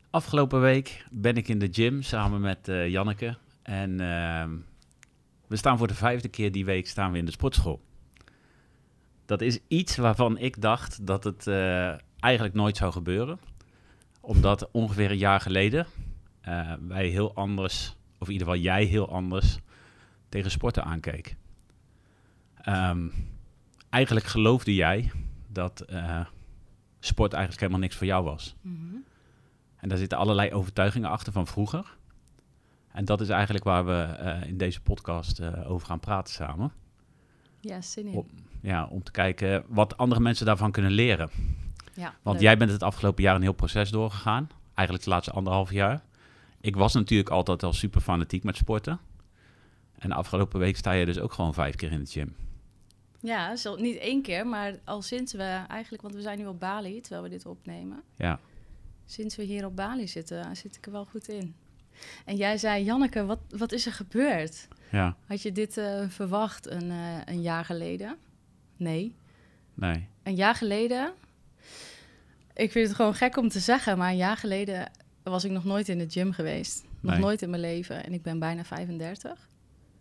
Afgelopen week ben ik in de gym samen met Janneke. En we staan voor de 5e keer die week staan we in de sportschool. Dat is iets waarvan ik dacht dat het eigenlijk nooit zou gebeuren. Omdat ongeveer een jaar geleden wij heel anders, of in ieder geval jij heel anders, tegen sporten aankeek. Eigenlijk geloofde jij dat sport eigenlijk helemaal niks voor jou was. Mm-hmm. En daar zitten allerlei overtuigingen achter van vroeger. En dat is eigenlijk waar we in deze podcast over gaan praten samen. Ja, zin in. Om te kijken wat andere mensen daarvan kunnen leren. Ja, Want leuk. jij bent het afgelopen jaar een heel proces doorgegaan. Eigenlijk de laatste 1,5 jaar. Ik was natuurlijk altijd al super fanatiek met sporten. En de afgelopen week sta je dus ook gewoon 5 keer in de gym. Ja, niet 1 keer, maar al sinds we eigenlijk... Want we zijn nu op Bali, terwijl we dit opnemen. Ja. Sinds we hier op Bali zitten, zit ik er wel goed in. En jij zei, Janneke, wat is er gebeurd? Ja. Had je dit verwacht een jaar geleden? Nee. Een jaar geleden... Ik vind het gewoon gek om te zeggen, maar een jaar geleden was ik nog nooit in de gym geweest. Nog nooit in mijn leven. En ik ben bijna 35.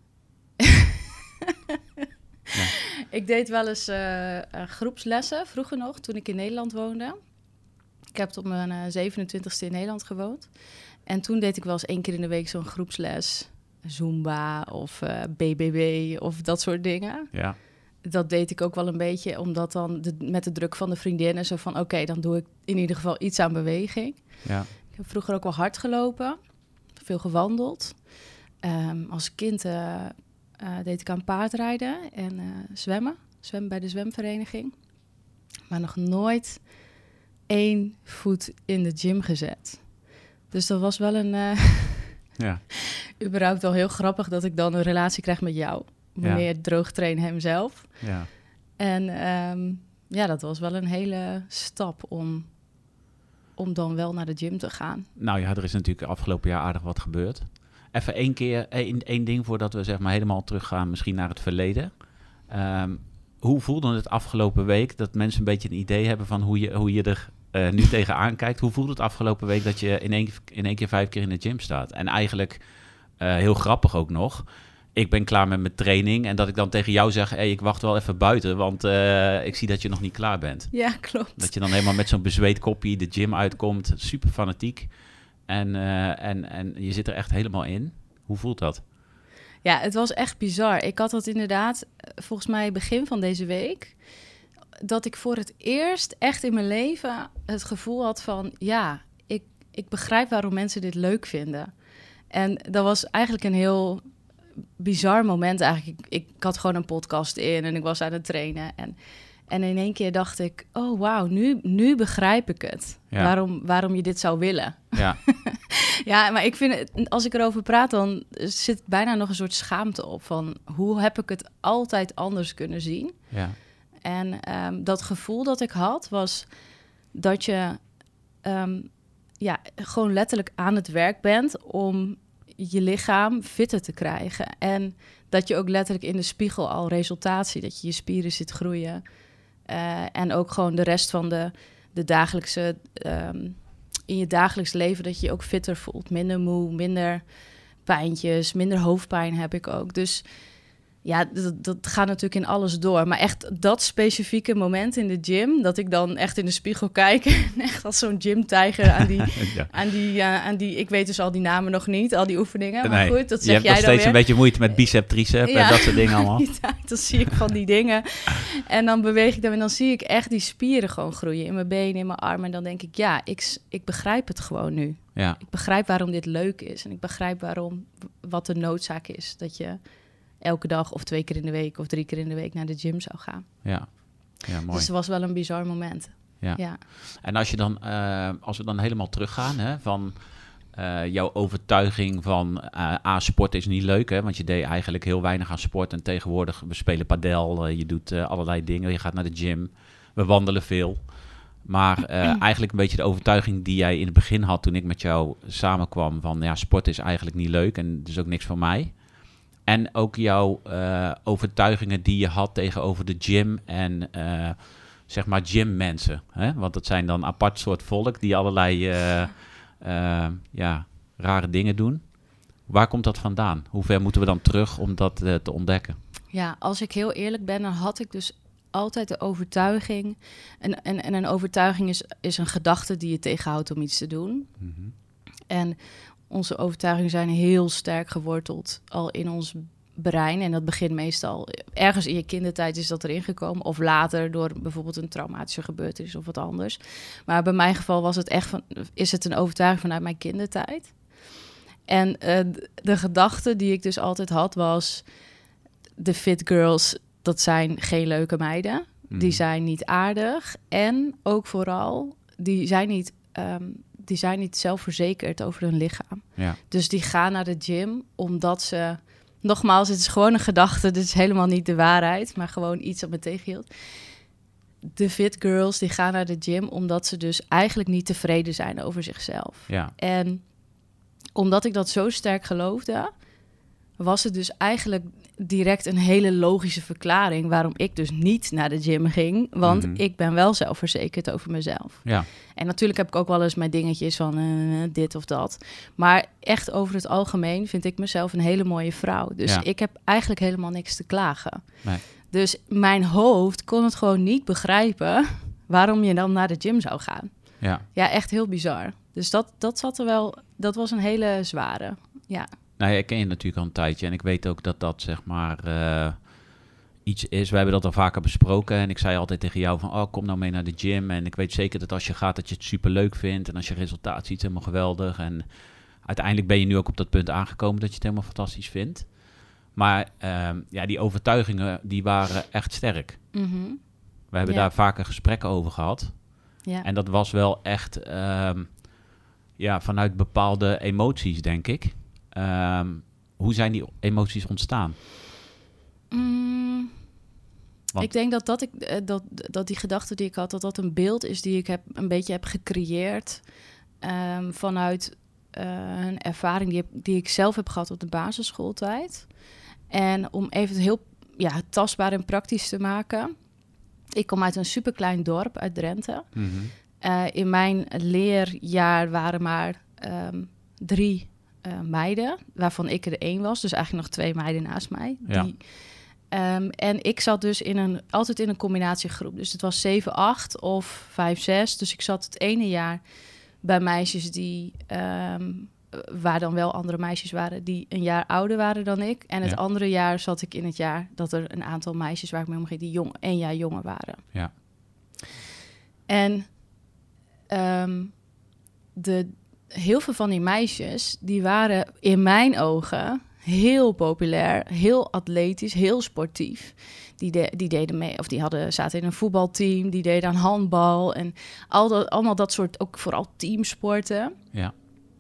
Ja. Ik deed wel eens groepslessen, vroeger nog, toen ik in Nederland woonde. Ik heb tot mijn 27e in Nederland gewoond. En toen deed ik wel eens 1 keer in de week zo'n groepsles. Zumba of BBB of dat soort dingen. Ja. Dat deed ik ook wel een beetje, omdat dan met de druk van de vriendinnen... zo van, oké, dan doe ik in ieder geval iets aan beweging. Ja. Ik heb vroeger ook wel hard gelopen, veel gewandeld. Als kind deed ik aan paardrijden en zwemmen bij de zwemvereniging. Maar nog nooit 1 voet in de gym gezet. Dus dat was wel Ja. überhaupt wel heel grappig dat ik dan een relatie krijg met jou. Meneer Droogtrain hemzelf. Ja. En dat was wel een hele stap om dan wel naar de gym te gaan. Nou ja, er is natuurlijk afgelopen jaar aardig wat gebeurd. Even 1 ding voordat we zeg maar helemaal teruggaan misschien naar het verleden. Hoe voelde het afgelopen week dat mensen een beetje een idee hebben van hoe je er nu tegenaan kijkt? Hoe voelde het afgelopen week dat je in één keer 5 keer in de gym staat? En eigenlijk heel grappig ook nog. Ik ben klaar met mijn training en dat ik dan tegen jou zeg... ik wacht wel even buiten, want ik zie dat je nog niet klaar bent. Ja, klopt. Dat je dan helemaal met zo'n bezweet koppie de gym uitkomt. Super fanatiek. En je zit er echt helemaal in. Hoe voelt dat? Ja, het was echt bizar. Ik had dat inderdaad, volgens mij begin van deze week... dat ik voor het eerst echt in mijn leven het gevoel had van... ja, ik begrijp waarom mensen dit leuk vinden. En dat was eigenlijk een heel... bizar moment eigenlijk. Ik had gewoon een podcast in en ik was aan het trainen. En in één keer dacht ik, oh wauw, nu begrijp ik het. Ja. Waarom je dit zou willen. Ja. Ja, maar ik vind het, als ik erover praat, dan zit bijna nog een soort schaamte op. Van hoe heb ik het altijd anders kunnen zien? Ja. En dat gevoel dat ik had, was dat je gewoon letterlijk aan het werk bent om je lichaam fitter te krijgen. En dat je ook letterlijk in de spiegel al resultaat ziet. Dat je spieren ziet groeien. En ook gewoon de rest van de dagelijkse... in je dagelijks leven dat je je ook fitter voelt. Minder moe, minder pijntjes, minder hoofdpijn heb ik ook. Dus ja, dat gaat natuurlijk in alles door. Maar echt dat specifieke moment in de gym... dat ik dan echt in de spiegel kijk... en echt als zo'n gymtijger aan die... Ik weet dus al die namen nog niet, al die oefeningen. Maar goed, dat zeg jij dan weer. Je hebt nog steeds een beetje moeite met bicep, tricep en dat soort dingen allemaal. Dan zie ik van die dingen. En dan beweeg ik dan en dan zie ik echt die spieren gewoon groeien... in mijn benen, in mijn armen. En dan denk ik, ja, ik begrijp het gewoon nu. Ja. Ik begrijp waarom dit leuk is. En ik begrijp wat de noodzaak is... dat je elke dag of 2 keer in de week of 3 keer in de week naar de gym zou gaan. Ja, ja, mooi. Dus het was wel een bizar moment. Ja. En als we dan helemaal teruggaan, hè, van jouw overtuiging van sport is niet leuk, hè, want je deed eigenlijk heel weinig aan sport en tegenwoordig we spelen padel, je doet allerlei dingen, je gaat naar de gym, we wandelen veel. Maar eigenlijk een beetje de overtuiging die jij in het begin had toen ik met jou samenkwam van ja, sport is eigenlijk niet leuk en het is ook niks voor mij. En ook jouw overtuigingen die je had tegenover de gym en zeg maar gymmensen. Hè? Want dat zijn dan apart soort volk die allerlei rare dingen doen. Waar komt dat vandaan? Hoe ver moeten we dan terug om dat te ontdekken? Ja, als ik heel eerlijk ben, dan had ik dus altijd de overtuiging. En een overtuiging is een gedachte die je tegenhoudt om iets te doen. Mm-hmm. En onze overtuigingen zijn heel sterk geworteld al in ons brein. En dat begint meestal ergens in je kindertijd is dat erin gekomen. Of later door bijvoorbeeld een traumatische gebeurtenis of wat anders. Maar bij mijn geval was het echt is het een overtuiging vanuit mijn kindertijd. En de gedachte die ik dus altijd had was, de fit girls, dat zijn geen leuke meiden. Die zijn niet aardig. En ook vooral, die zijn niet zelfverzekerd over hun lichaam. Ja. Dus die gaan naar de gym omdat ze... Nogmaals, het is gewoon een gedachte. Dit is helemaal niet de waarheid, maar gewoon iets dat me tegenhield. De fit girls, die gaan naar de gym omdat ze dus eigenlijk niet tevreden zijn over zichzelf. Ja. En omdat ik dat zo sterk geloofde, was het dus eigenlijk direct een hele logische verklaring waarom ik dus niet naar de gym ging. Want ik ben wel zelfverzekerd over mezelf. Ja. En natuurlijk heb ik ook wel eens mijn dingetjes van dit of dat. Maar echt over het algemeen vind ik mezelf een hele mooie vrouw. Dus ik heb eigenlijk helemaal niks te klagen. Nee. Dus mijn hoofd kon het gewoon niet begrijpen waarom je dan naar de gym zou gaan. Ja, ja, echt heel bizar. Dus dat zat er wel, dat was een hele zware, ja. Nou ja, ik ken je natuurlijk al een tijdje en ik weet ook dat zeg maar iets is. We hebben dat al vaker besproken en ik zei altijd tegen jou van, kom nou mee naar de gym. En ik weet zeker dat als je gaat dat je het superleuk vindt en als je resultaat ziet, helemaal geweldig. En uiteindelijk ben je nu ook op dat punt aangekomen dat je het helemaal fantastisch vindt. Maar die overtuigingen, die waren echt sterk. Mm-hmm. We hebben daar vaker gesprekken over gehad. Ja. En dat was wel echt vanuit bepaalde emoties, denk ik. Hoe zijn die emoties ontstaan? Ik denk dat die gedachte die ik had, dat een beeld is die ik een beetje heb gecreëerd vanuit een ervaring die ik zelf heb gehad op de basisschooltijd. En om even heel tastbaar en praktisch te maken. Ik kom uit een superklein dorp uit Drenthe. Mm-hmm. In mijn leerjaar waren maar 3 meiden, waarvan ik er 1 was. Dus eigenlijk nog 2 meiden naast mij. Ja. En ik zat dus altijd in een combinatiegroep. Dus het was 7, 8 of 5, 6. Dus ik zat het ene jaar bij meisjes die... waar dan wel andere meisjes waren die een jaar ouder waren dan ik. En het andere jaar zat ik in het jaar dat er een aantal meisjes waar ik mee omging die 1 jaar jonger waren. Ja. En heel veel van die meisjes, die waren in mijn ogen heel populair, heel atletisch, heel sportief. Die deden mee, of zaten in een voetbalteam, die deden aan handbal en allemaal dat soort, ook vooral teamsporten. Ja.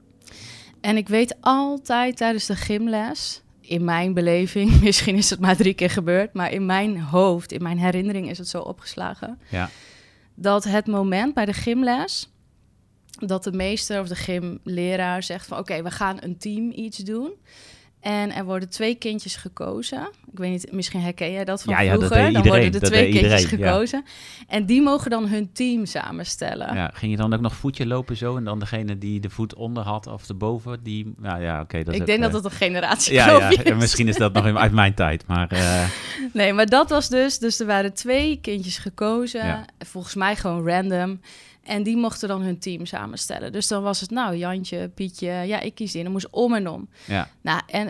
En ik weet altijd tijdens de gymles, in mijn beleving, misschien is het maar 3 keer gebeurd, maar in mijn hoofd, in mijn herinnering is het zo opgeslagen, dat het moment bij de gymles, dat de meester of de gymleraar zegt van oké, we gaan een team iets doen. En er worden 2 kindjes gekozen. Ik weet niet, misschien herken jij dat van vroeger. Dat dan iedereen, worden er 2 kindjes gekozen. Ja. En die mogen dan hun team samenstellen. Ja, ging je dan ook nog voetje lopen zo? En dan degene die de voet onder had of erboven, die... Ik denk dat het een generatie is. Misschien is dat nog uit mijn tijd, maar... Nee, maar dat was dus er waren 2 kindjes gekozen. Ja. Volgens mij gewoon random. En die mochten dan hun team samenstellen. Dus dan was het, Jantje, Pietje, ik kies die. En dan moest om en om. Ja. Nou, en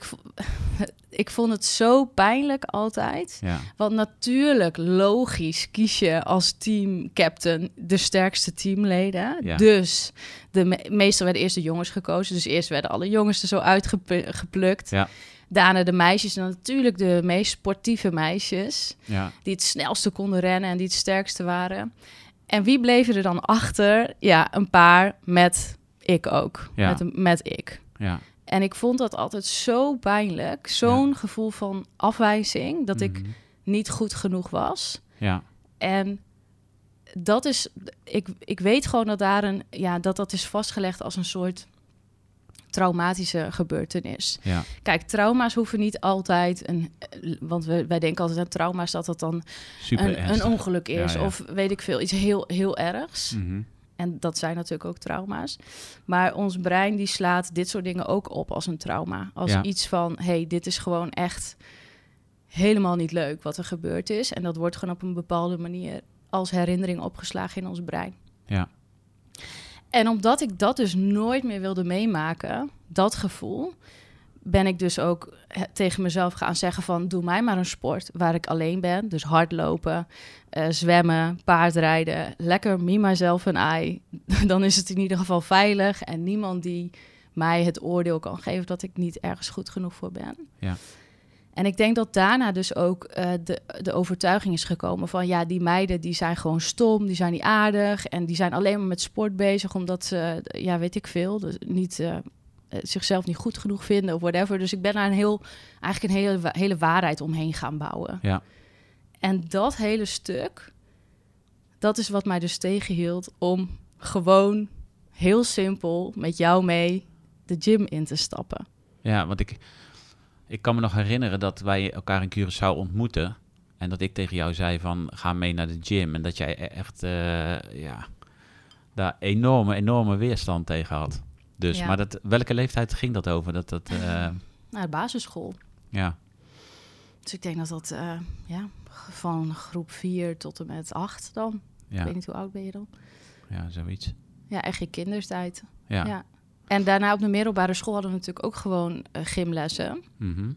ik vond het zo pijnlijk altijd. Ja. Want natuurlijk, logisch, kies je als teamcaptain de sterkste teamleden. Ja. Dus meestal werden eerst de jongens gekozen. Dus eerst werden alle jongens er zo uitgeplukt. Ja. Daarna de meisjes, en natuurlijk de meest sportieve meisjes. Ja. Die het snelste konden rennen en die het sterkste waren. En wie bleven er dan achter? Ja, een paar met ik ook. Ja. Met ik. Ja. En ik vond dat altijd zo pijnlijk. Zo'n gevoel van afwijzing. Dat ik niet goed genoeg was. Ja. En dat is... Ik weet gewoon dat dat is vastgelegd als een soort traumatische gebeurtenis. Ja. Kijk, trauma's hoeven niet altijd want wij denken altijd aan trauma's dat dan een ongeluk is. Ja, ja. Of weet ik veel, iets heel, heel ergs. Mm-hmm. En dat zijn natuurlijk ook trauma's. Maar ons brein die slaat dit soort dingen ook op als een trauma. Als iets van, dit is gewoon echt helemaal niet leuk wat er gebeurd is. En dat wordt gewoon op een bepaalde manier als herinnering opgeslagen in ons brein. Ja. En omdat ik dat dus nooit meer wilde meemaken, dat gevoel, ben ik dus ook tegen mezelf gaan zeggen van, doe mij maar een sport waar ik alleen ben. Dus hardlopen, zwemmen, paardrijden, lekker me, myself en I. Dan is het in ieder geval veilig en niemand die mij het oordeel kan geven dat ik niet ergens goed genoeg voor ben. Ja. En ik denk dat daarna dus ook de overtuiging is gekomen van, die meiden die zijn gewoon stom, die zijn niet aardig en die zijn alleen maar met sport bezig omdat ze, weet ik veel, dus niet zichzelf niet goed genoeg vinden of whatever. Dus ik ben daar een hele waarheid omheen gaan bouwen. Ja. En dat hele stuk, dat is wat mij dus tegenhield om gewoon heel simpel met jou mee de gym in te stappen. Ja, want ik kan me nog herinneren dat wij elkaar in Curaçao ontmoetten. En dat ik tegen jou zei van, ga mee naar de gym. En dat jij echt daar enorme weerstand tegen had. Dus, maar welke leeftijd ging dat over? De basisschool. Ja. Dus ik denk dat van groep 4 tot en met 8 dan. Ja. Ik weet niet hoe oud ben je dan? Ja, zoiets. Ja, echt je kindertijd. Ja. En daarna op de middelbare school hadden we natuurlijk ook gewoon gymlessen. Mm-hmm.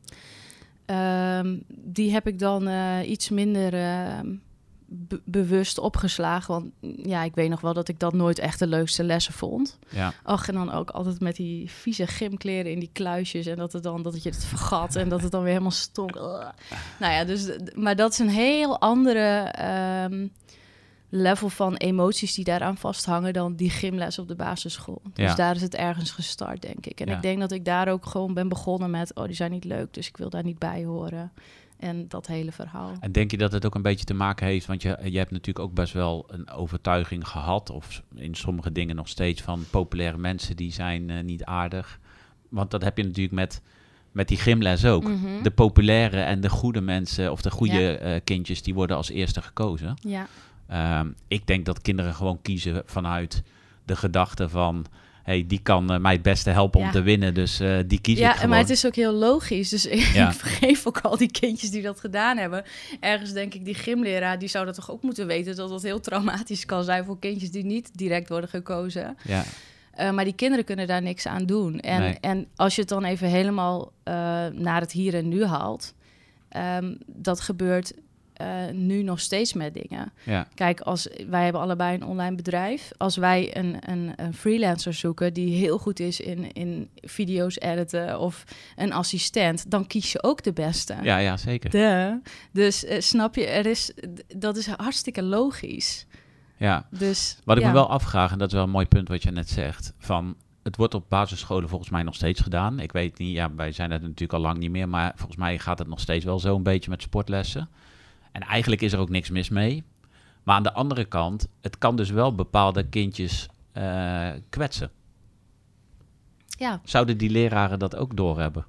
Die heb ik dan iets minder bewust opgeslagen. Want ik weet nog wel dat ik dat nooit echt de leukste lessen vond. Ja. Och, en dan ook altijd met die vieze gymkleren in die kluisjes. En dat je het vergat en dat het dan weer helemaal stonk. Maar dat is een heel andere level van emoties die daaraan vasthangen dan die gymles op de basisschool. Dus daar is het ergens gestart, denk ik. En ik denk dat ik daar ook gewoon ben begonnen met, die zijn niet leuk, dus ik wil daar niet bij horen. En dat hele verhaal. En denk je dat het ook een beetje te maken heeft, want je hebt natuurlijk ook best wel een overtuiging gehad, of in sommige dingen nog steeds, van populaire mensen die zijn niet aardig. Want dat heb je natuurlijk met die gymles ook. Mm-hmm. De populaire en de goede mensen, of de goede kindjes, die worden als eerste gekozen. Ja. Ik denk dat kinderen gewoon kiezen vanuit de gedachte van, die kan mij het beste helpen om te winnen, dus die kies ik gewoon. Ja, maar het is ook heel logisch. Dus ik vergeef ook al die kindjes die dat gedaan hebben. Ergens denk ik, die gymleraar, die zou dat toch ook moeten weten, dat dat heel traumatisch kan zijn voor kindjes die niet direct worden gekozen. Ja. Maar die kinderen kunnen daar niks aan doen. En als je het dan even helemaal naar het hier en nu haalt, dat gebeurt nu nog steeds met dingen. Ja. Kijk, wij hebben allebei een online bedrijf. Als wij een freelancer zoeken die heel goed is in video's editen of een assistent, dan kies je ook de beste. Ja, zeker. Dus snap je, dat is hartstikke logisch. Ja, dus, wat ik me wel afvraag, en dat is wel een mooi punt wat je net zegt, van het wordt op basisscholen volgens mij nog steeds gedaan. Ik weet niet, wij zijn het natuurlijk al lang niet meer, maar volgens mij gaat het nog steeds wel zo een beetje met sportlessen. En eigenlijk is er ook niks mis mee. Maar aan de andere kant, het kan dus wel bepaalde kindjes kwetsen. Ja. Zouden die leraren dat ook doorhebben?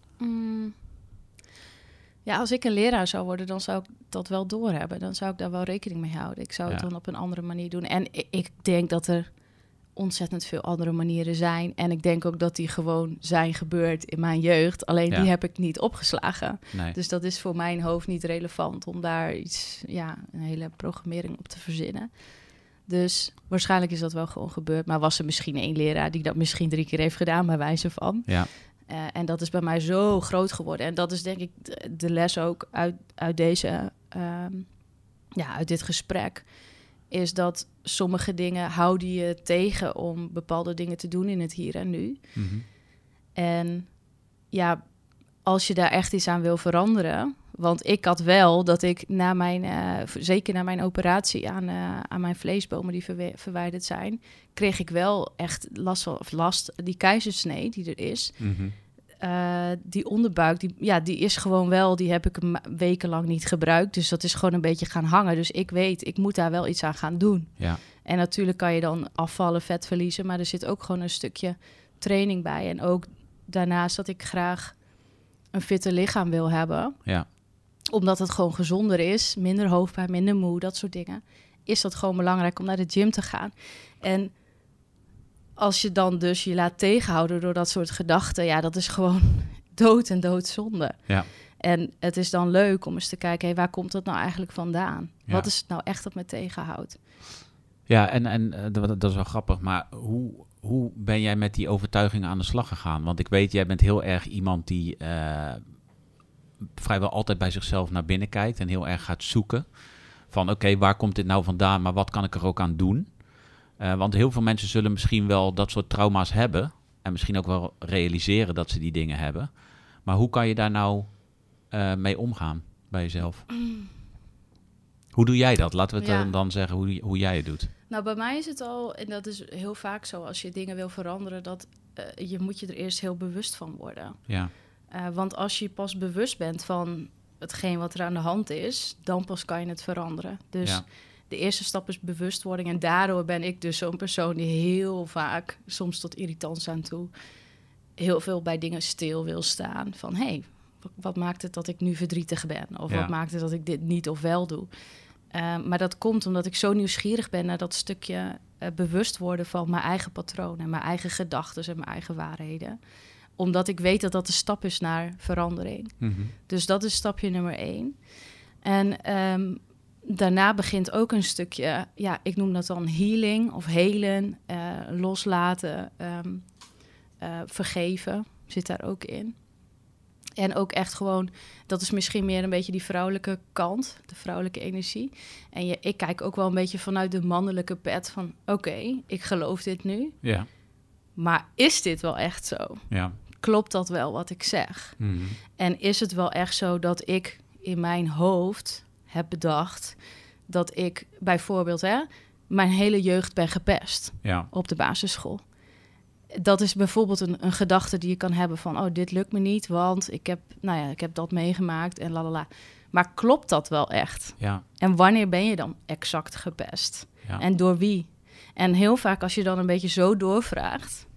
Ja, als ik een leraar zou worden, dan zou ik dat wel doorhebben. Dan zou ik daar wel rekening mee houden. Ik zou het dan op een andere manier doen. En ik denk dat er ontzettend veel andere manieren zijn. En ik denk ook dat die gewoon zijn gebeurd in mijn jeugd. Alleen die heb ik niet opgeslagen. Nee. Dus dat is voor mijn hoofd niet relevant om daar een hele programmering op te verzinnen. Dus waarschijnlijk is dat wel gewoon gebeurd. Maar was er misschien 1 leraar die dat misschien 3 keer heeft gedaan, bij wijze van. Ja. En dat is bij mij zo groot geworden. En dat is denk ik de les ook uit deze, uit dit gesprek. Is dat sommige dingen houden je tegen om bepaalde dingen te doen in het hier en nu. Mm-hmm. En als je daar echt iets aan wil veranderen. Want ik had wel dat ik zeker na mijn operatie aan mijn vleesbomen die verwijderd zijn, kreeg ik wel echt last. Die keizersnee die er is. Mm-hmm. Die onderbuik, die is gewoon wel, die heb ik wekenlang niet gebruikt. Dus dat is gewoon een beetje gaan hangen. Dus ik weet, ik moet daar wel iets aan gaan doen. Ja. En natuurlijk kan je dan afvallen, vet verliezen, maar er zit ook gewoon een stukje training bij. En ook daarnaast dat ik graag een fitter lichaam wil hebben. Ja. Omdat het gewoon gezonder is, minder hoofdpijn, minder moe, dat soort dingen. is dat gewoon belangrijk om naar de gym te gaan. En als je dan dus je laat tegenhouden door dat soort gedachten, ja, dat is gewoon dood en doodzonde. Ja. En het is dan leuk om eens te kijken, waar komt dat nou eigenlijk vandaan? Ja. Wat is het nou echt dat me tegenhoudt? Ja, en dat is wel grappig, maar hoe ben jij met die overtuigingen aan de slag gegaan? Want ik weet, jij bent heel erg iemand die vrijwel altijd bij zichzelf naar binnen kijkt en heel erg gaat zoeken van oké, waar komt dit nou vandaan, maar wat kan ik er ook aan doen? Want heel veel mensen zullen misschien wel dat soort trauma's hebben en misschien ook wel realiseren dat ze die dingen hebben. Maar hoe kan je daar nou mee omgaan bij jezelf? Hoe doe jij dat? Laten we het dan zeggen hoe jij het doet. Nou, bij mij is het al, en dat is heel vaak zo, als je dingen wil veranderen, dat je moet je er eerst heel bewust van worden. Ja. Want als je pas bewust bent van hetgeen wat er aan de hand is, dan pas kan je het veranderen. Dus de eerste stap is bewustwording. En daardoor ben ik dus zo'n persoon die heel vaak, soms tot irritants aan toe, heel veel bij dingen stil wil staan. Van, hey, wat maakt het dat ik nu verdrietig ben? Of wat maakt het dat ik dit niet of wel doe? Maar dat komt omdat ik zo nieuwsgierig ben naar dat stukje bewust worden van mijn eigen patronen, mijn eigen gedachten en mijn eigen waarheden. Omdat ik weet dat dat de stap is naar verandering. Mm-hmm. Dus dat is stapje nummer 1. En daarna begint ook een stukje, ik noem dat dan healing of helen, loslaten, vergeven zit daar ook in. En ook echt gewoon, dat is misschien meer een beetje die vrouwelijke kant, de vrouwelijke energie. En ik kijk ook wel een beetje vanuit de mannelijke pet van, oké, ik geloof dit nu. Ja. Maar is dit wel echt zo? Ja. Klopt dat wel wat ik zeg? Mm-hmm. En is het wel echt zo dat ik in mijn hoofd heb bedacht dat ik bijvoorbeeld mijn hele jeugd ben gepest op de basisschool? Dat is bijvoorbeeld een gedachte die je kan hebben van, oh, dit lukt me niet, want ik heb dat meegemaakt en lalala. Maar klopt dat wel echt? Ja. En wanneer ben je dan exact gepest? Ja. En door wie? En heel vaak als je dan een beetje zo doorvraagt,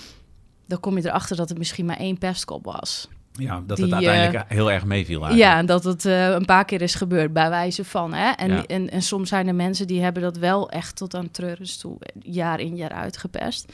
dan kom je erachter dat het misschien maar 1 pestkop was. Ja, dat het uiteindelijk heel erg meeviel eigenlijk. Ja, dat het een paar keer is gebeurd, bij wijze van. Hè? En soms zijn er mensen die hebben dat wel echt tot aan treurens toe, jaar in jaar uit gepest.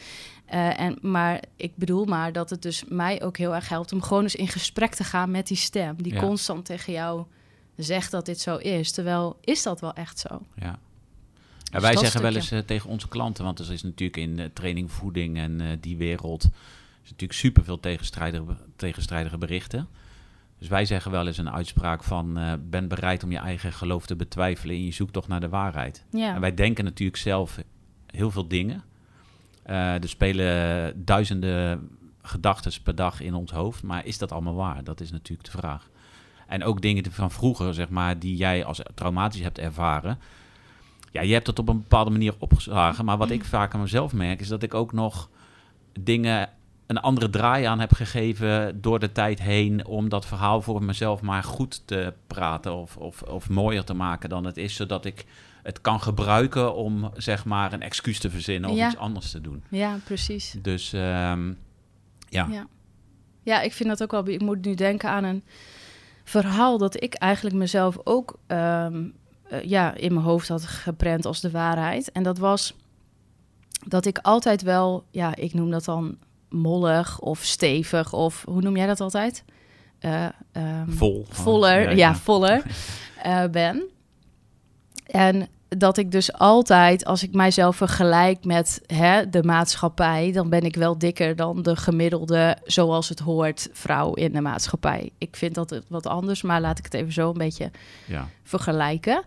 Maar ik bedoel maar dat het dus mij ook heel erg helpt om gewoon eens in gesprek te gaan met die stem die constant tegen jou zegt dat dit zo is. Terwijl, is dat wel echt zo? Ja. Ja, wij zeggen wel eens tegen onze klanten, want er is natuurlijk in training, voeding en die wereld is natuurlijk superveel tegenstrijdige berichten. Dus wij zeggen wel eens een uitspraak van ben bereid om je eigen geloof te betwijfelen in je zoektocht naar de waarheid. Ja. En wij denken natuurlijk zelf heel veel dingen. Er spelen duizenden gedachten per dag in ons hoofd, maar is dat allemaal waar? Dat is natuurlijk de vraag. En ook dingen van vroeger, zeg maar, die jij als traumatisch hebt ervaren. Ja, je hebt het op een bepaalde manier opgeslagen, maar wat ik vaak aan mezelf merk, is dat ik ook nog dingen een andere draai aan heb gegeven door de tijd heen om dat verhaal voor mezelf maar goed te praten of mooier te maken dan het is, zodat ik het kan gebruiken om, zeg maar, een excuus te verzinnen of iets anders te doen. Ja, precies. Dus, Ja, ik vind dat ook wel. Ik moet nu denken aan een verhaal dat ik eigenlijk mezelf ook in mijn hoofd had geprent als de waarheid. En dat was dat ik altijd wel, ik noem dat dan mollig of stevig of hoe noem jij dat altijd? Voller, voller ben. En dat ik dus altijd, als ik mijzelf vergelijk met de maatschappij, dan ben ik wel dikker dan de gemiddelde, zoals het hoort, vrouw in de maatschappij. Ik vind dat het wat anders, maar laat ik het even zo een beetje vergelijken.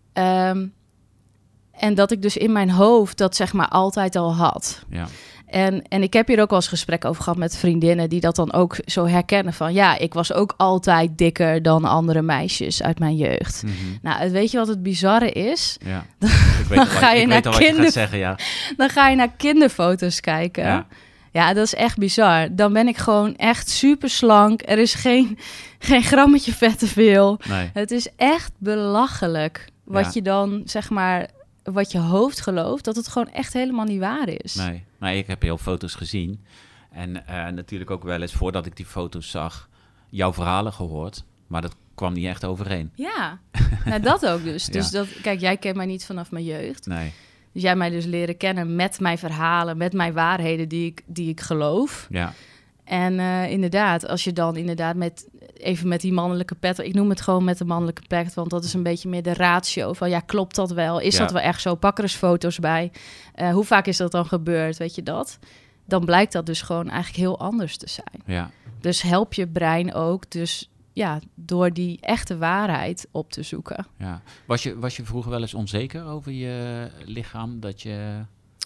En dat ik dus in mijn hoofd dat zeg maar altijd al had. Ja. En ik heb hier ook wel eens gesprek over gehad met vriendinnen die dat dan ook zo herkennen van, ik was ook altijd dikker dan andere meisjes uit mijn jeugd. Mm-hmm. Nou, weet je wat het bizarre is? Ja. Dan ga je naar kinderfoto's kijken. Ja, dat is echt bizar. Dan ben ik gewoon echt super slank. Er is geen grammetje vet te veel. Nee. Het is echt belachelijk wat je dan, zeg maar, wat je hoofd gelooft, dat het gewoon echt helemaal niet waar is. Nee, ik heb heel foto's gezien. En natuurlijk ook wel eens, voordat ik die foto's zag, jouw verhalen gehoord. Maar dat kwam niet echt overeen. Ja, nou, dat ook dus. Ja. Dus kijk, jij kent mij niet vanaf mijn jeugd. Nee. Dus jij mij dus leren kennen met mijn verhalen, met mijn waarheden die ik geloof. Ja. En inderdaad, als je dan inderdaad met die mannelijke pet... Ik noem het gewoon met de mannelijke pet, want dat is een beetje meer de ratio van... ja, klopt dat wel? Is dat wel echt zo? Pak er eens foto's bij. Hoe vaak is dat dan gebeurd? Weet je dat? Dan blijkt dat dus gewoon eigenlijk heel anders te zijn. Ja. Dus help je brein ook dus door die echte waarheid op te zoeken. Ja. Was je vroeger wel eens onzeker over je lichaam? Dat je...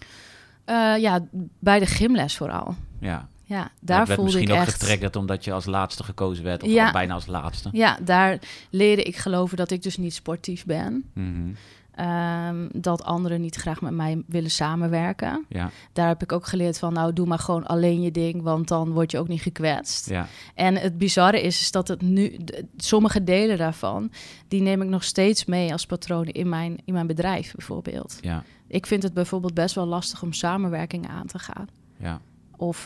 Bij de gymles vooral. Ja. Ja, daar voelde ik misschien echt... ook getriggerd omdat je als laatste gekozen werd. Of al bijna als laatste. Ja, daar leerde ik geloven dat ik dus niet sportief ben. Mm-hmm. Dat anderen niet graag met mij willen samenwerken. Ja. Daar heb ik ook geleerd van, nou, doe maar gewoon alleen je ding, want dan word je ook niet gekwetst. Ja. En het bizarre is dat het nu, sommige delen daarvan, die neem ik nog steeds mee als patronen in mijn bedrijf bijvoorbeeld. Ja. Ik vind het bijvoorbeeld best wel lastig om samenwerking aan te gaan. Ja. Of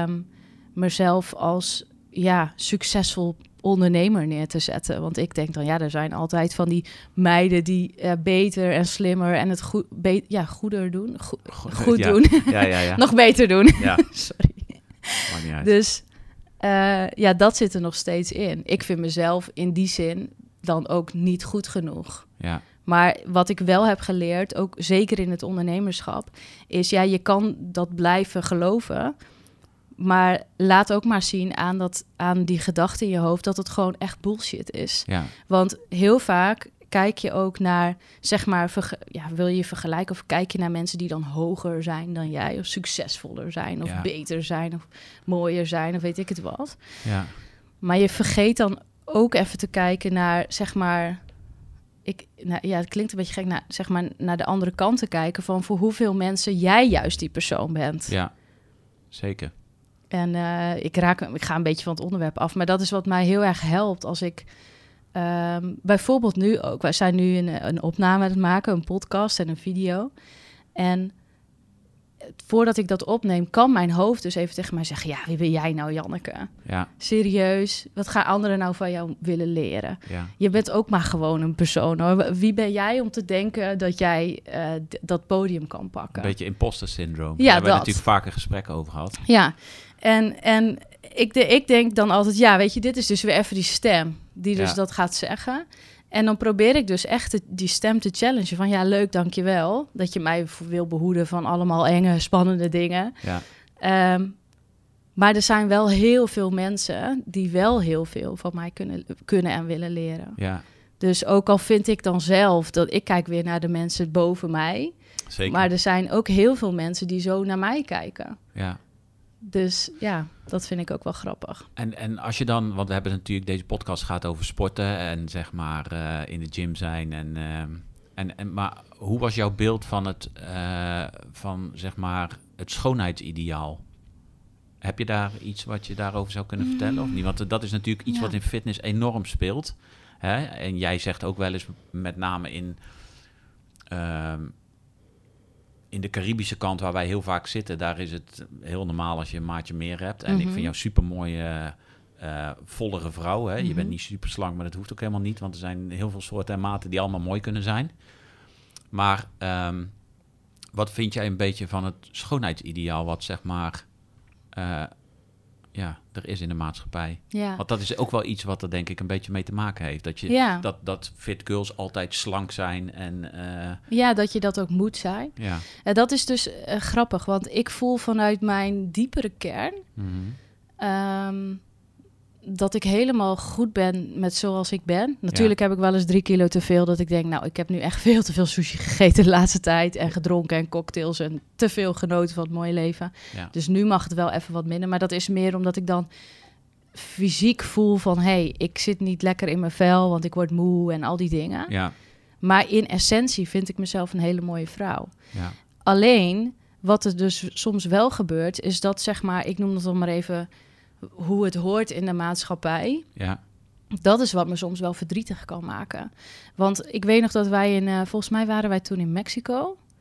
mezelf als succesvol ondernemer neer te zetten. Want ik denk dan, er zijn altijd van die meiden die beter en slimmer en het goeder doen. Goed doen. Ja. Nog beter doen. Ja. Sorry. Maakt niet uit. Dus dat zit er nog steeds in. Ik vind mezelf in die zin dan ook niet goed genoeg. Ja. Maar wat ik wel heb geleerd, ook zeker in het ondernemerschap, is je kan dat blijven geloven. Maar laat ook maar zien aan die gedachte in je hoofd dat het gewoon echt bullshit is. Ja. Want heel vaak kijk je ook naar, zeg maar, wil je vergelijken of kijk je naar mensen die dan hoger zijn dan jij, of succesvoller zijn, of beter zijn, of mooier zijn, of weet ik het wat. Ja. Maar je vergeet dan ook even te kijken naar, zeg maar, het klinkt een beetje gek, naar de andere kant te kijken van voor hoeveel mensen jij juist die persoon bent. Ja, zeker. En ik ga een beetje van het onderwerp af, maar dat is wat mij heel erg helpt als ik bijvoorbeeld nu ook, wij zijn nu een opname aan het maken, een podcast en een video. En voordat ik dat opneem, kan mijn hoofd dus even tegen mij zeggen, ja, wie ben jij nou, Janneke? Ja. Serieus, wat gaan anderen nou van jou willen leren? Ja. Je bent ook maar gewoon een persoon, hoor. Wie ben jij om te denken dat jij dat podium kan pakken? Een beetje imposter syndroom. Ja, daar hebben we dat. natuurlijk vaker gesprekken over gehad. Ja, en ik denk dan altijd, weet je, dit is dus weer even die stem die dus dat gaat zeggen. En dan probeer ik dus echt die stem te challengen van, leuk, dankjewel dat je mij wil behoeden van allemaal enge, spannende dingen. Ja. Maar er zijn wel heel veel mensen die wel heel veel van mij kunnen en willen leren. Ja. Dus ook al vind ik dan zelf dat ik kijk weer naar de mensen boven mij. Zeker. Maar er zijn ook heel veel mensen die zo naar mij kijken. Ja. Dus dat vind ik ook wel grappig. En als je dan, want we hebben natuurlijk, deze podcast gaat over sporten en zeg maar in de gym zijn. Maar hoe was jouw beeld van zeg maar het schoonheidsideaal? Heb je daar iets wat je daarover zou kunnen vertellen of niet? Want dat is natuurlijk iets wat in fitness enorm speelt. Hè? En jij zegt ook wel eens, met name in de Caribische kant waar wij heel vaak zitten, daar is het heel normaal als je een maatje meer hebt. En ik vind jou super mooie, vollere vrouw. Hè? Je bent niet super slank, maar dat hoeft ook helemaal niet. Want er zijn heel veel soorten en maten die allemaal mooi kunnen zijn. Maar wat vind jij een beetje van het schoonheidsideaal wat zeg maar er is in de maatschappij? Ja. Want dat is ook wel iets wat er denk ik een beetje mee te maken heeft. Dat fit girls altijd slank zijn. Dat je dat ook moet zijn. Ja. Dat is dus grappig, want ik voel vanuit mijn diepere kern dat ik helemaal goed ben met zoals ik ben. Natuurlijk heb ik wel eens 3 kilo te veel dat ik denk, nou, ik heb nu echt veel te veel sushi gegeten de laatste tijd en gedronken en cocktails en te veel genoten van het mooie leven. Ja. Dus nu mag het wel even wat minder, maar dat is meer omdat ik dan fysiek voel van, ik zit niet lekker in mijn vel, want ik word moe en al die dingen. Ja. Maar in essentie vind ik mezelf een hele mooie vrouw. Ja. Alleen, wat er dus soms wel gebeurt, is dat, zeg maar, ik noem dat dan maar even hoe het hoort in de maatschappij. Ja. Dat is wat me soms wel verdrietig kan maken. Want ik weet nog dat wij volgens mij waren wij toen in Mexico.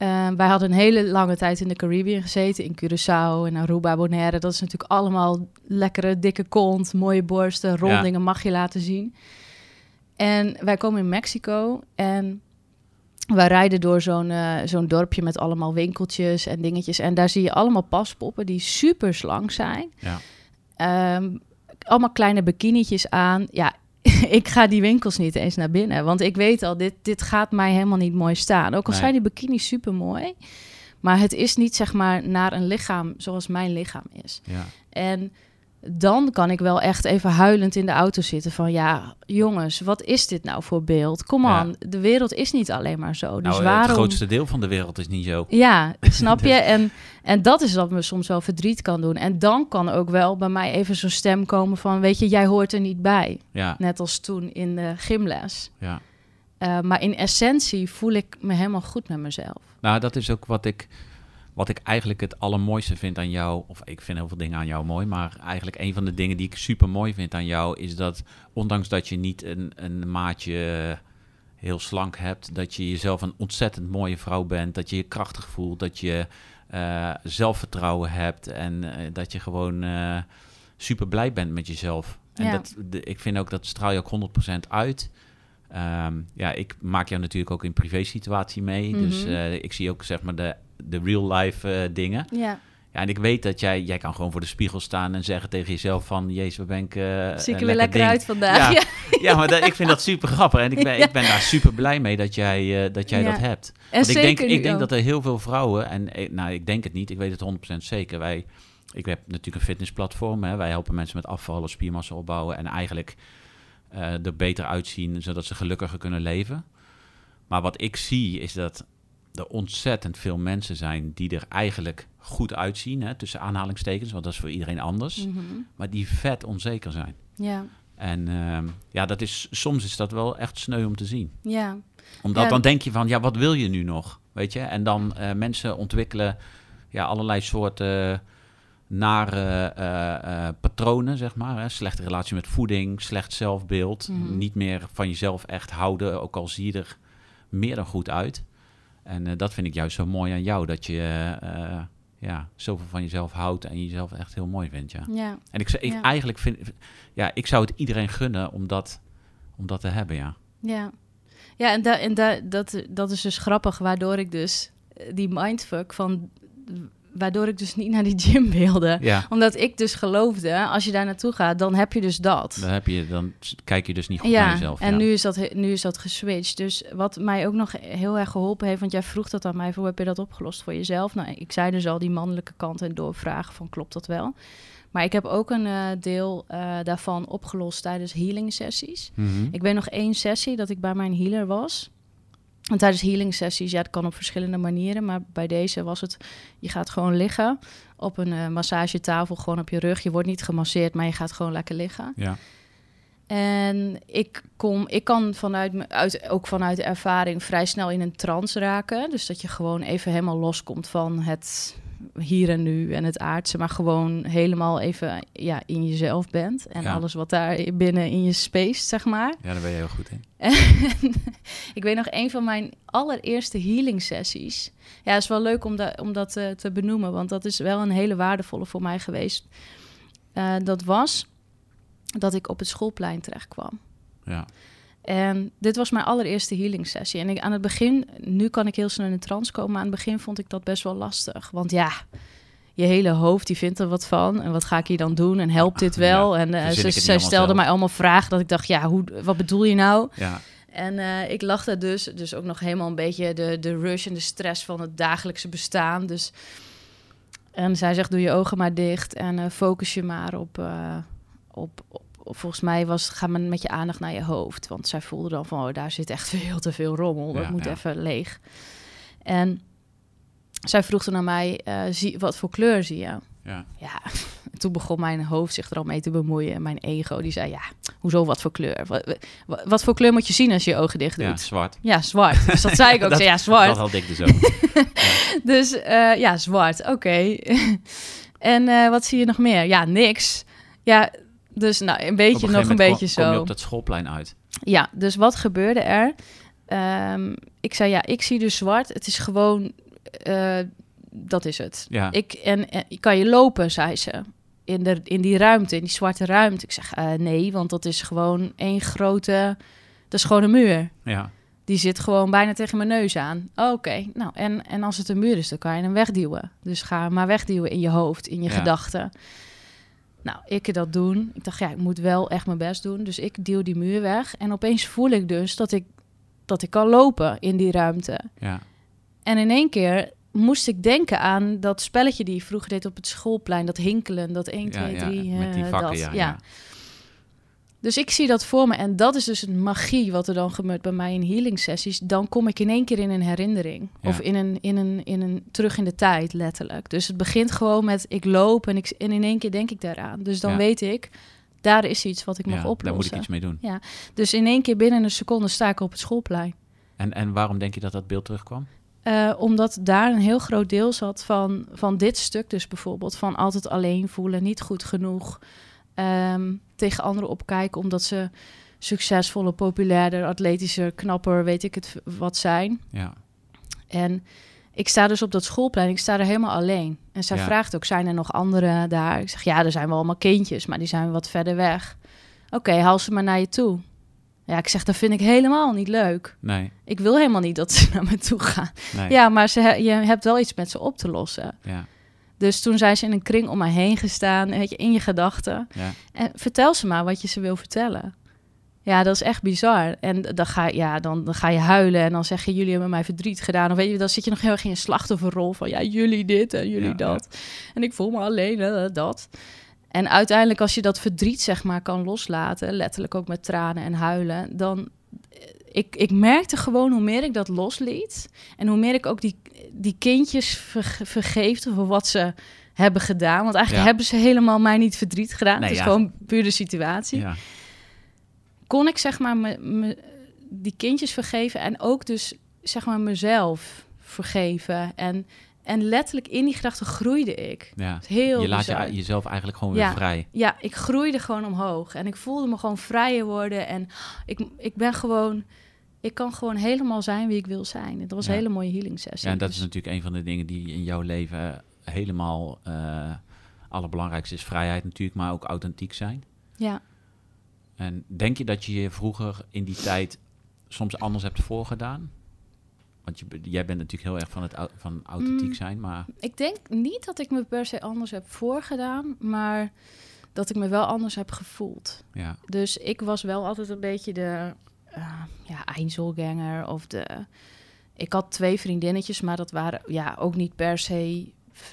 Wij hadden een hele lange tijd in de Caribbean gezeten, in Curaçao en Aruba, Bonaire. Dat is natuurlijk allemaal lekkere, dikke kont, mooie borsten, rondingen mag je laten zien. En wij komen in Mexico en wij rijden door zo'n dorpje met allemaal winkeltjes en dingetjes. En daar zie je allemaal paspoppen die super slank zijn. Ja. Allemaal kleine bikinietjes aan. Ja, ik ga die winkels niet eens naar binnen. Want ik weet al, dit gaat mij helemaal niet mooi staan. Ook al zijn die bikinis super mooi. Maar het is niet zeg maar naar een lichaam zoals mijn lichaam is. Ja. En dan kan ik wel echt even huilend in de auto zitten van... ja, jongens, wat is dit nou voor beeld? Kom aan, de wereld is niet alleen maar zo. Dus nou, waarom... Het grootste deel van de wereld is niet zo. Ja, snap je? En dat is wat me soms wel verdriet kan doen. En dan kan ook wel bij mij even zo'n stem komen van... weet je, jij hoort er niet bij. Ja. Net als toen in de gymles. Ja. Maar in essentie voel ik me helemaal goed met mezelf. Nou, dat is ook wat ik eigenlijk het allermooiste vind aan jou... of ik vind heel veel dingen aan jou mooi... maar eigenlijk een van de dingen die ik super mooi vind aan jou... is dat ondanks dat je niet een maatje heel slank hebt... dat je jezelf een ontzettend mooie vrouw bent... dat je je krachtig voelt, dat je zelfvertrouwen hebt... en dat je gewoon super blij bent met jezelf. En ik vind ook dat straal je ook 100% uit... ik maak jou natuurlijk ook in privé situatie mee. Mm-hmm. Dus ik zie ook zeg maar de real life dingen. Ja. Ja, en ik weet dat jij kan gewoon voor de spiegel staan en zeggen tegen jezelf van... Jezus, waar ben ik zie ik er weer lekker uit vandaag. Ja, maar ik vind dat super grappig. En ik ben daar super blij mee dat jij dat hebt. En want ik denk dat er heel veel vrouwen... en ik denk het niet, ik weet het 100% zeker. Ik heb natuurlijk een fitnessplatform. Hè. Wij helpen mensen met afvallen, spiermassa opbouwen... en eigenlijk er beter uitzien, zodat ze gelukkiger kunnen leven. Maar wat ik zie is dat er ontzettend veel mensen zijn die er eigenlijk goed uitzien, hè, tussen aanhalingstekens, want dat is voor iedereen anders, maar die vet onzeker zijn. Ja. En soms is dat wel echt sneu om te zien. Ja. Omdat dan denk je van, ja, wat wil je nu nog? Weet je? En dan mensen ontwikkelen allerlei soorten nare patronen, zeg maar. Hè? Slechte relatie met voeding, slecht zelfbeeld. Niet meer van jezelf echt houden, ook al zie je er meer dan goed uit. En dat vind ik juist zo mooi aan jou, dat je zoveel van jezelf houdt en jezelf echt heel mooi vindt. Ja. En eigenlijk vind ik zou het iedereen gunnen om dat te hebben, ja. Ja, ja en dat is dus grappig, waardoor ik dus die mindfuck van... waardoor ik dus niet naar die gym wilde. Ja. Omdat ik dus geloofde, als je daar naartoe gaat, dan heb je dus dat. Dan kijk je dus niet goed naar jezelf. En nu is dat geswitcht. Dus wat mij ook nog heel erg geholpen heeft... want jij vroeg dat aan mij, hoe heb je dat opgelost voor jezelf? Nou, ik zei dus al die mannelijke kant en doorvragen van klopt dat wel? Maar ik heb ook een deel daarvan opgelost tijdens healing sessies. Mm-hmm. Ik weet nog 1 sessie dat ik bij mijn healer was... En tijdens healing sessies, dat kan op verschillende manieren. Maar bij deze was het, je gaat gewoon liggen op een massagetafel, gewoon op je rug. Je wordt niet gemasseerd, maar je gaat gewoon lekker liggen. Ja. En ik kan ook vanuit de ervaring vrij snel in een trance raken. Dus dat je gewoon even helemaal loskomt van het hier en nu en het aardse, maar gewoon helemaal even in jezelf bent. En alles wat daar binnen in je space, zeg maar. Ja, daar ben je heel goed in. Ik weet nog, een van mijn allereerste healing sessies. Ja, het is wel leuk om dat te benoemen, want dat is wel een hele waardevolle voor mij geweest. Dat was dat ik op het schoolplein terecht kwam. Ja. En dit was mijn allereerste healing sessie. En aan het begin, nu kan ik heel snel in een trance komen... maar aan het begin vond ik dat best wel lastig. Want je hele hoofd, die vindt er wat van. En wat ga ik hier dan doen? En helpt dit wel? Ja, en ze stelde mij allemaal vragen dat ik dacht... wat bedoel je nou? Ja. En ik lag daar dus ook nog helemaal een beetje... de rush en de stress van het dagelijkse bestaan. Dus, en zij zegt, doe je ogen maar dicht... en focus je maar op volgens mij ga maar met je aandacht naar je hoofd. Want zij voelde dan van, daar zit echt veel te veel rommel. Dat moet even leeg. En zij vroeg toen aan mij, wat voor kleur zie je? Ja. Toen begon mijn hoofd zich er al mee te bemoeien. En mijn ego, die zei, hoezo wat voor kleur? Wat voor kleur moet je zien als je je ogen dicht doet? Ja, zwart. Ja, zwart. Dus dat zei ik ook. Zwart. Dat had ik dus ook. Dus zwart. Oké. En wat zie je nog meer? Ja, niks. Ja, dus een beetje zo. Kom je op dat schoolplein uit? Ja, dus wat gebeurde er? Ik zei, ik zie dus zwart. Het is gewoon dat is het. Ja. En kan je lopen, zei ze. In die ruimte, in die zwarte ruimte. Ik zeg, nee, want dat is gewoon één grote... Dat is gewoon een muur. Ja. Die zit gewoon bijna tegen mijn neus aan. Oké, nou, en als het een muur is, dan kan je hem wegduwen. Dus ga hem maar wegduwen in je hoofd, in je gedachten. Nou, ik dat doen. Ik dacht, ik moet wel echt mijn best doen. Dus ik duw die muur weg. En opeens voel ik dus dat ik kan lopen in die ruimte. Ja. En in één keer moest ik denken aan dat spelletje die je vroeger deed op het schoolplein. Dat hinkelen, dat 1, 2, 3. Met die vakken, ja. Dus ik zie dat voor me. En dat is dus een magie wat er dan gebeurt bij mij in healing sessies. Dan kom ik in één keer in een herinnering. Ja. Of in een terug in de tijd, letterlijk. Dus het begint gewoon met ik loop en in één keer denk ik daaraan. Dus dan weet ik, daar is iets wat ik mag oplossen. Daar moet ik iets mee doen. Ja. Dus in één keer binnen een seconde sta ik op het schoolplein. En waarom denk je dat beeld terugkwam? Omdat daar een heel groot deel zat van dit stuk dus bijvoorbeeld. Van altijd alleen voelen, niet goed genoeg... tegen anderen opkijken omdat ze succesvoller, populairder, atletischer, knapper, weet ik het wat zijn. Ja. En ik sta dus op dat schoolplein, ik sta er helemaal alleen. En zij vraagt ook, zijn er nog anderen daar? Ik zeg, ja, er zijn wel allemaal kindjes, maar die zijn wat verder weg. Oké, haal ze maar naar je toe. Ja, ik zeg, dat vind ik helemaal niet leuk. Nee. Ik wil helemaal niet dat ze naar me toe gaan. Nee. Ja, maar je hebt wel iets met ze op te lossen. Ja. Dus toen zijn ze in een kring om mij heen gestaan, weet je, in je gedachten. Ja. En vertel ze maar wat je ze wil vertellen. Ja, dat is echt bizar. En dan ga je huilen en dan zeg je, jullie hebben mij verdriet gedaan. Of weet je, dan zit je nog heel erg in een slachtofferrol van, ja, jullie dit en jullie dat. Ja. En ik voel me alleen, dat. En uiteindelijk als je dat verdriet, zeg maar, kan loslaten, letterlijk ook met tranen en huilen, dan... Ik merkte gewoon hoe meer ik dat losliet... en hoe meer ik ook die kindjes vergeefde voor wat ze hebben gedaan. Want eigenlijk hebben ze helemaal mij niet verdriet gedaan. Nee, het is gewoon puur de situatie. Ja. Kon ik zeg maar die kindjes vergeven... en ook dus zeg maar mezelf vergeven. En letterlijk in die gedachten groeide ik. Ja. Heel je laat jezelf eigenlijk gewoon weer vrij. Ja, ik groeide gewoon omhoog. En ik voelde me gewoon vrijer worden. En ik ben gewoon... Ik kan gewoon helemaal zijn wie ik wil zijn. Dat was een hele mooie healing sessie. Ja, en dat is natuurlijk een van de dingen die in jouw leven helemaal allerbelangrijkste is. Vrijheid natuurlijk, maar ook authentiek zijn. Ja. En denk je dat je je vroeger in die tijd soms anders hebt voorgedaan? Want jij bent natuurlijk heel erg van authentiek zijn, maar... Ik denk niet dat ik me per se anders heb voorgedaan, maar dat ik me wel anders heb gevoeld. Ja. Dus ik was wel altijd een beetje de... Einzelganger of ik had 2 vriendinnetjes, maar dat waren ook niet per se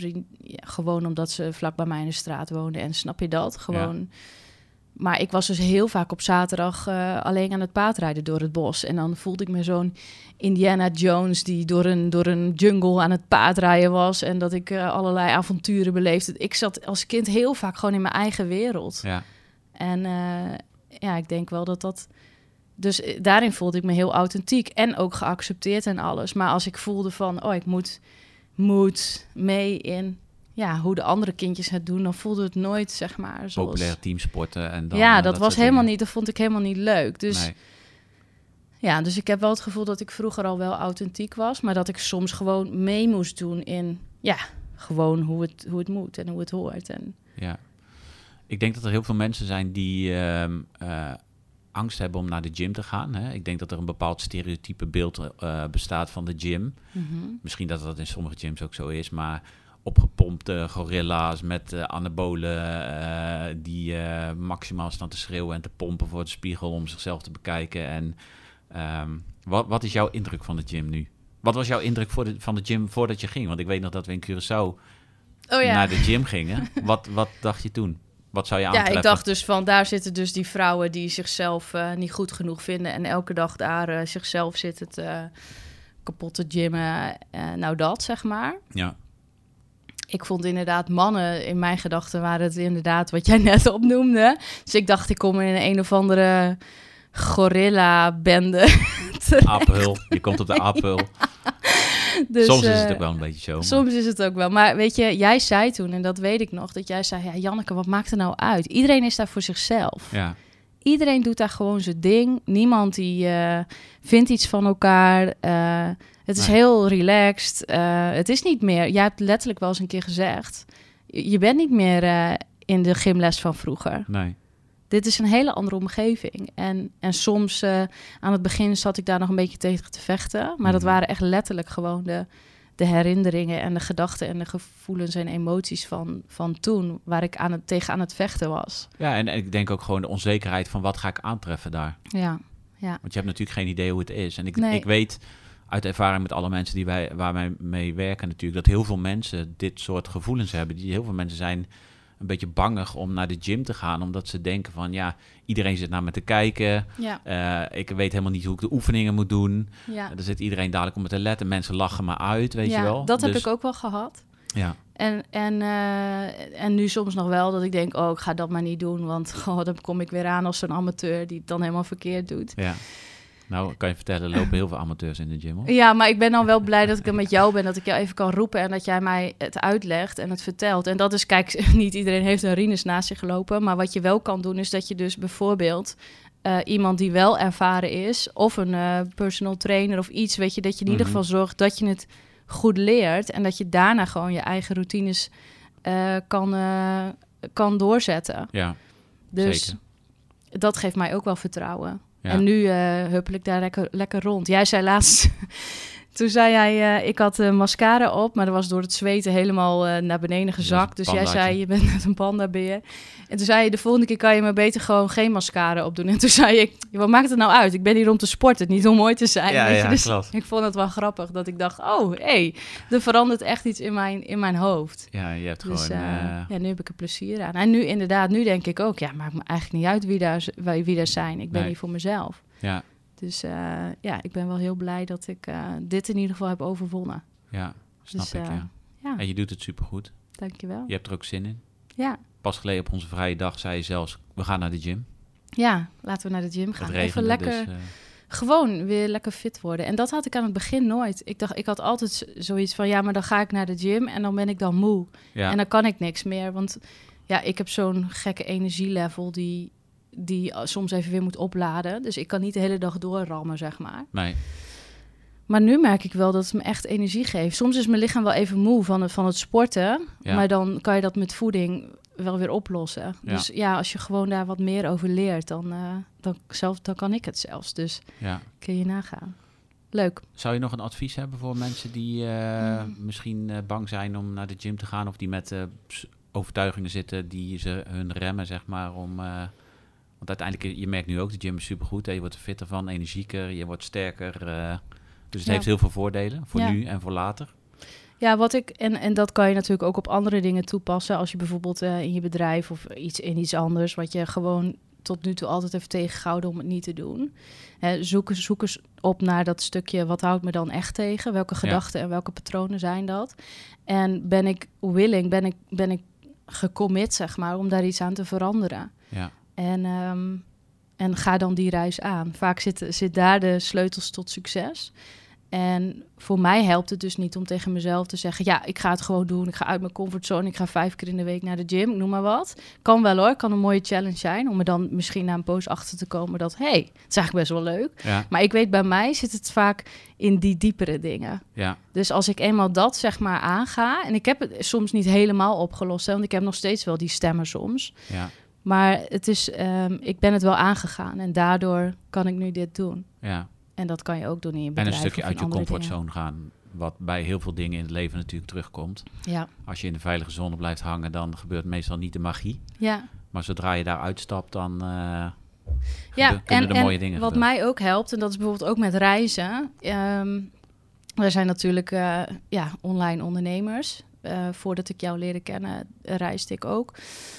gewoon omdat ze vlak bij mij in de straat woonden. En snap je dat? Gewoon. Ja. Maar ik was dus heel vaak op zaterdag alleen aan het paardrijden door het bos. En dan voelde ik me zo'n Indiana Jones die door een jungle aan het paardrijden was. En dat ik allerlei avonturen beleefde. Ik zat als kind heel vaak gewoon in mijn eigen wereld. Ja. En ik denk wel dat... Dus daarin voelde ik me heel authentiek en ook geaccepteerd en alles. Maar als ik voelde van, ik moet mee in hoe de andere kindjes het doen, dan voelde het nooit, zeg maar, zoals... Populair teamsporten en dan... Ja, dat was helemaal niet, dat vond ik helemaal niet leuk. Dus nee. Ja, dus ik heb wel het gevoel dat ik vroeger al wel authentiek was, maar dat ik soms gewoon mee moest doen in, gewoon hoe het moet en hoe het hoort. En... Ja, ik denk dat er heel veel mensen zijn die... angst hebben om naar de gym te gaan. Hè? Ik denk dat er een bepaald stereotype beeld bestaat van de gym. Mm-hmm. Misschien dat in sommige gyms ook zo is, maar opgepompte gorilla's met anabolen die maximaal staan te schreeuwen en te pompen voor de spiegel om zichzelf te bekijken. En wat is jouw indruk van de gym nu? Wat was jouw indruk van de gym voordat je ging? Want ik weet nog dat we in Curaçao naar de gym gingen. Wat dacht je toen? Wat zou je aantreffen? Ja, ik dacht dus van, daar zitten dus die vrouwen die zichzelf niet goed genoeg vinden en elke dag daar zichzelf zitten te kapotte gymmen. Nou dat, zeg maar. Ja. Ik vond inderdaad mannen, in mijn gedachten waren het inderdaad wat jij net opnoemde. Dus ik dacht, ik kom in een of andere gorilla-bende Aphul, je komt op de Aphul. Dus, soms is het ook wel een beetje zo. Maar... Soms is het ook wel. Maar weet je, jij zei toen, en dat weet ik nog, dat jij zei... Ja, Janneke, wat maakt er nou uit? Iedereen is daar voor zichzelf. Ja. iedereen doet daar gewoon zijn ding. Niemand die vindt iets van elkaar. Het is heel relaxed. Het is niet meer... Jij hebt letterlijk wel eens een keer gezegd... Je bent niet meer in de gymles van vroeger. Nee. Dit is een hele andere omgeving. En soms aan het begin zat ik daar nog een beetje tegen te vechten. Maar dat waren echt letterlijk gewoon de herinneringen en de gedachten en de gevoelens en emoties van toen, waar ik tegen aan het vechten was. Ja, en ik denk ook gewoon de onzekerheid van wat ga ik aantreffen daar. Ja. Want je hebt natuurlijk geen idee hoe het is. En ik weet uit ervaring met alle mensen waar wij mee werken natuurlijk, dat heel veel mensen dit soort gevoelens hebben. Heel veel mensen zijn een beetje bangig om naar de gym te gaan, omdat ze denken van, ja, iedereen zit naar me te kijken. Ja. Ik weet helemaal niet hoe ik de oefeningen moet doen. Ja. Er zit iedereen dadelijk om me te letten. Mensen lachen me uit, weet je wel. Dat heb ik ook wel gehad. Ja. En nu soms nog wel dat ik denk, ik ga dat maar niet doen, want dan kom ik weer aan als zo'n amateur die het dan helemaal verkeerd doet. Ja. Nou, kan je vertellen, er lopen heel veel amateurs in de gym, hoor. Ja, maar ik ben dan wel blij dat ik er met jou ben, dat ik jou even kan roepen en dat jij mij het uitlegt en het vertelt. En dat is, kijk, niet iedereen heeft een Rinus naast zich gelopen, maar wat je wel kan doen is dat je dus bijvoorbeeld iemand die wel ervaren is, of een personal trainer of iets, weet je, dat je in ieder geval zorgt dat je het goed leert en dat je daarna gewoon je eigen routines kan doorzetten. Ja, dus zeker. Dat geeft mij ook wel vertrouwen. Ja. En nu huppel ik daar lekker rond. Jij zei laatst, toen zei jij, ik had mascara op, maar dat was door het zweten helemaal naar beneden gezakt. Dus jij zei, je bent net een pandabeer. En toen zei je, de volgende keer kan je maar beter gewoon geen mascara opdoen. En toen zei ik, wat maakt het nou uit? Ik ben hier om te sporten, niet om mooi te zijn. Ja, dus klopt. Ik vond het wel grappig dat ik dacht, er verandert echt iets in mijn hoofd. Ja, je hebt dus, gewoon... nu heb ik er plezier aan. En nu denk ik ook, maakt me eigenlijk niet uit wie daar zijn. Ik ben hier voor mezelf. Ja. Dus ik ben wel heel blij dat ik dit in ieder geval heb overwonnen. Ja, snap ik, ja. En je doet het supergoed. Dankjewel. Je hebt er ook zin in. Ja. Pas geleden op onze vrije dag zei je zelfs, we gaan naar de gym. Ja, laten we naar de gym gaan. Het regende, even lekker, gewoon weer lekker fit worden. En dat had ik aan het begin nooit. Ik had altijd zoiets van, maar dan ga ik naar de gym en dan ben ik dan moe. Ja. En dan kan ik niks meer, want ik heb zo'n gekke energielevel die soms even weer moet opladen. Dus ik kan niet de hele dag doorrammen, zeg maar. Nee. Maar nu merk ik wel dat het me echt energie geeft. Soms is mijn lichaam wel even moe van het sporten. Ja. Maar dan kan je dat met voeding wel weer oplossen. Ja. Dus als je gewoon daar wat meer over leert, dan kan ik het zelfs. Dus kun je nagaan. Leuk. Zou je nog een advies hebben voor mensen die misschien bang zijn om naar de gym te gaan, of die met overtuigingen zitten die ze hun remmen, zeg maar, om... Want uiteindelijk, je merkt nu ook, de gym is supergoed. Hè? Je wordt er fitter van, energieker, je wordt sterker. Dus het heeft heel veel voordelen voor nu en voor later. Ja, en dat kan je natuurlijk ook op andere dingen toepassen. Als je bijvoorbeeld in je bedrijf of iets anders, wat je gewoon tot nu toe altijd heeft tegengehouden om het niet te doen. Zoek eens op naar dat stukje, wat houdt me dan echt tegen? Welke gedachten en welke patronen zijn dat? En ben ik willing, ben ik gecommit, zeg maar, om daar iets aan te veranderen? Ja. En ga dan die reis aan. Vaak zit daar de sleutels tot succes. En voor mij helpt het dus niet om tegen mezelf te zeggen, ik ga het gewoon doen. Ik ga uit mijn comfortzone. Ik ga 5 keer in de week naar de gym. Ik noem maar wat. Kan wel hoor. Kan een mooie challenge zijn. Om er dan misschien na een poos achter te komen dat, het is eigenlijk best wel leuk. Ja. Maar ik weet, bij mij zit het vaak in die diepere dingen. Ja. Dus als ik eenmaal dat, zeg maar, aanga. En ik heb het soms niet helemaal opgelost. Want ik heb nog steeds wel die stemmen soms. Ja. Maar het is, ik ben het wel aangegaan. En daardoor kan ik nu dit doen. Ja. En dat kan je ook doen in je bedrijf. En een stukje uit je comfortzone gaan. Wat bij heel veel dingen in het leven natuurlijk terugkomt. Ja. Als je in de veilige zone blijft hangen, dan gebeurt meestal niet de magie. Ja. Maar zodra je daar uitstapt, dan kunnen er mooie dingen wat mij ook helpt, en dat is bijvoorbeeld ook met reizen. Er zijn natuurlijk online ondernemers. Voordat ik jou leerde kennen, reisde ik ook.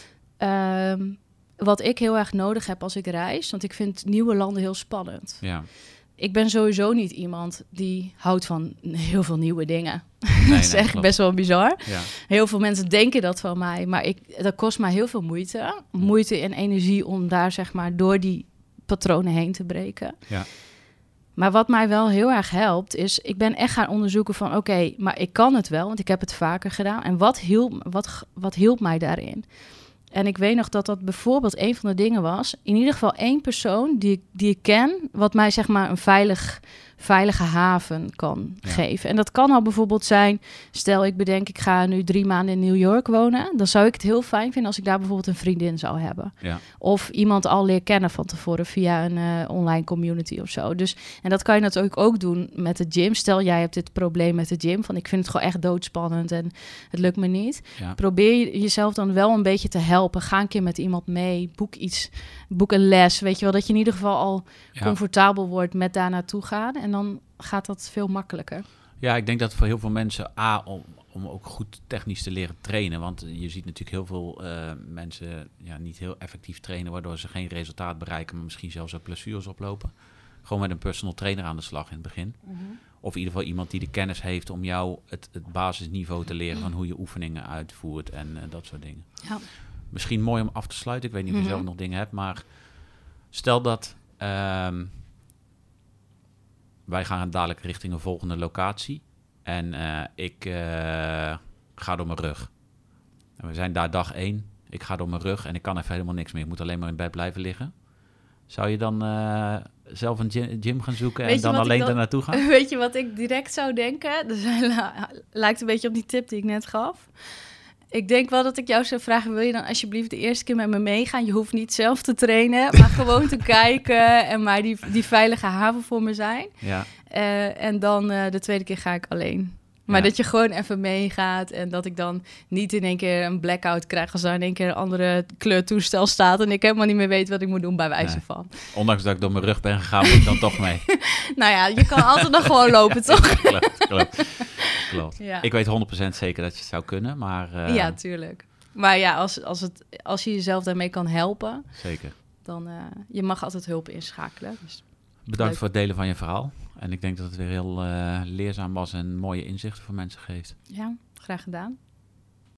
Wat ik heel erg nodig heb als ik reis, want ik vind nieuwe landen heel spannend. Ja. Ik ben sowieso niet iemand die houdt van heel veel nieuwe dingen. Dat is echt best wel bizar. Ja. Heel veel mensen denken dat van mij, maar dat kost mij heel veel moeite. Moeite en energie om daar, zeg maar, door die patronen heen te breken. Ja. Maar wat mij wel heel erg helpt, is, ik ben echt gaan onderzoeken van, oké, maar ik kan het wel, want ik heb het vaker gedaan. En wat hielp mij daarin? En ik weet nog dat dat bijvoorbeeld een van de dingen was. In ieder geval 1 persoon die ik ken, wat mij zeg maar een veilige haven kan geven. En dat kan al bijvoorbeeld zijn, stel ik bedenk ik ga nu 3 maanden in New York wonen. Dan zou ik het heel fijn vinden als ik daar bijvoorbeeld een vriendin zou hebben. Ja. Of iemand al leer kennen van tevoren via een online community of zo. Dus, en dat kan je natuurlijk ook doen met de gym. Stel jij hebt dit probleem met de gym, van ik vind het gewoon echt doodspannend en het lukt me niet. Ja. Probeer jezelf dan wel een beetje te helpen. Ga een keer met iemand mee, boek een les, weet je wel, dat je in ieder geval al comfortabel wordt met daar naartoe gaan. En dan gaat dat veel makkelijker. Ja, ik denk dat voor heel veel mensen, om ook goed technisch te leren trainen, want je ziet natuurlijk heel veel mensen niet heel effectief trainen, waardoor ze geen resultaat bereiken, maar misschien zelfs ook blessures oplopen. Gewoon met een personal trainer aan de slag in het begin. Mm-hmm. Of in ieder geval iemand die de kennis heeft om jou het basisniveau te leren van hoe je oefeningen uitvoert en dat soort dingen. Ja. Misschien mooi om af te sluiten. Ik weet niet of je zelf nog dingen hebt, maar stel dat wij gaan dadelijk richting een volgende locatie en ik ga door mijn rug. En we zijn daar dag 1. Ik ga door mijn rug en ik kan even helemaal niks meer. Ik moet alleen maar in bed blijven liggen. Zou je dan zelf een gym gaan zoeken en dan alleen daar naartoe gaan? Weet je wat ik direct zou denken? Dus lijkt een beetje op die tip die ik net gaf. Ik denk wel dat ik jou zou vragen, wil je dan alsjeblieft de eerste keer met me meegaan? Je hoeft niet zelf te trainen, maar gewoon te kijken en maar die veilige haven voor me zijn. Ja. En dan de tweede keer ga ik alleen. Maar dat je gewoon even meegaat en dat ik dan niet in één keer een blackout krijg als er in één keer een andere kleurtoestel staat en ik helemaal niet meer weet wat ik moet doen bij wijze van. Ondanks dat ik door mijn rug ben gegaan, moet ik dan toch mee. Nou ja, je kan altijd nog gewoon lopen, toch? Klopt. Ja. Ik weet 100% zeker dat je het zou kunnen, maar... Ja, tuurlijk. Maar ja, als je jezelf daarmee kan helpen... Zeker. Dan je mag altijd hulp inschakelen. Dus bedankt voor het delen van je verhaal. En ik denk dat het weer heel leerzaam was en mooie inzichten voor mensen geeft. Ja, graag gedaan.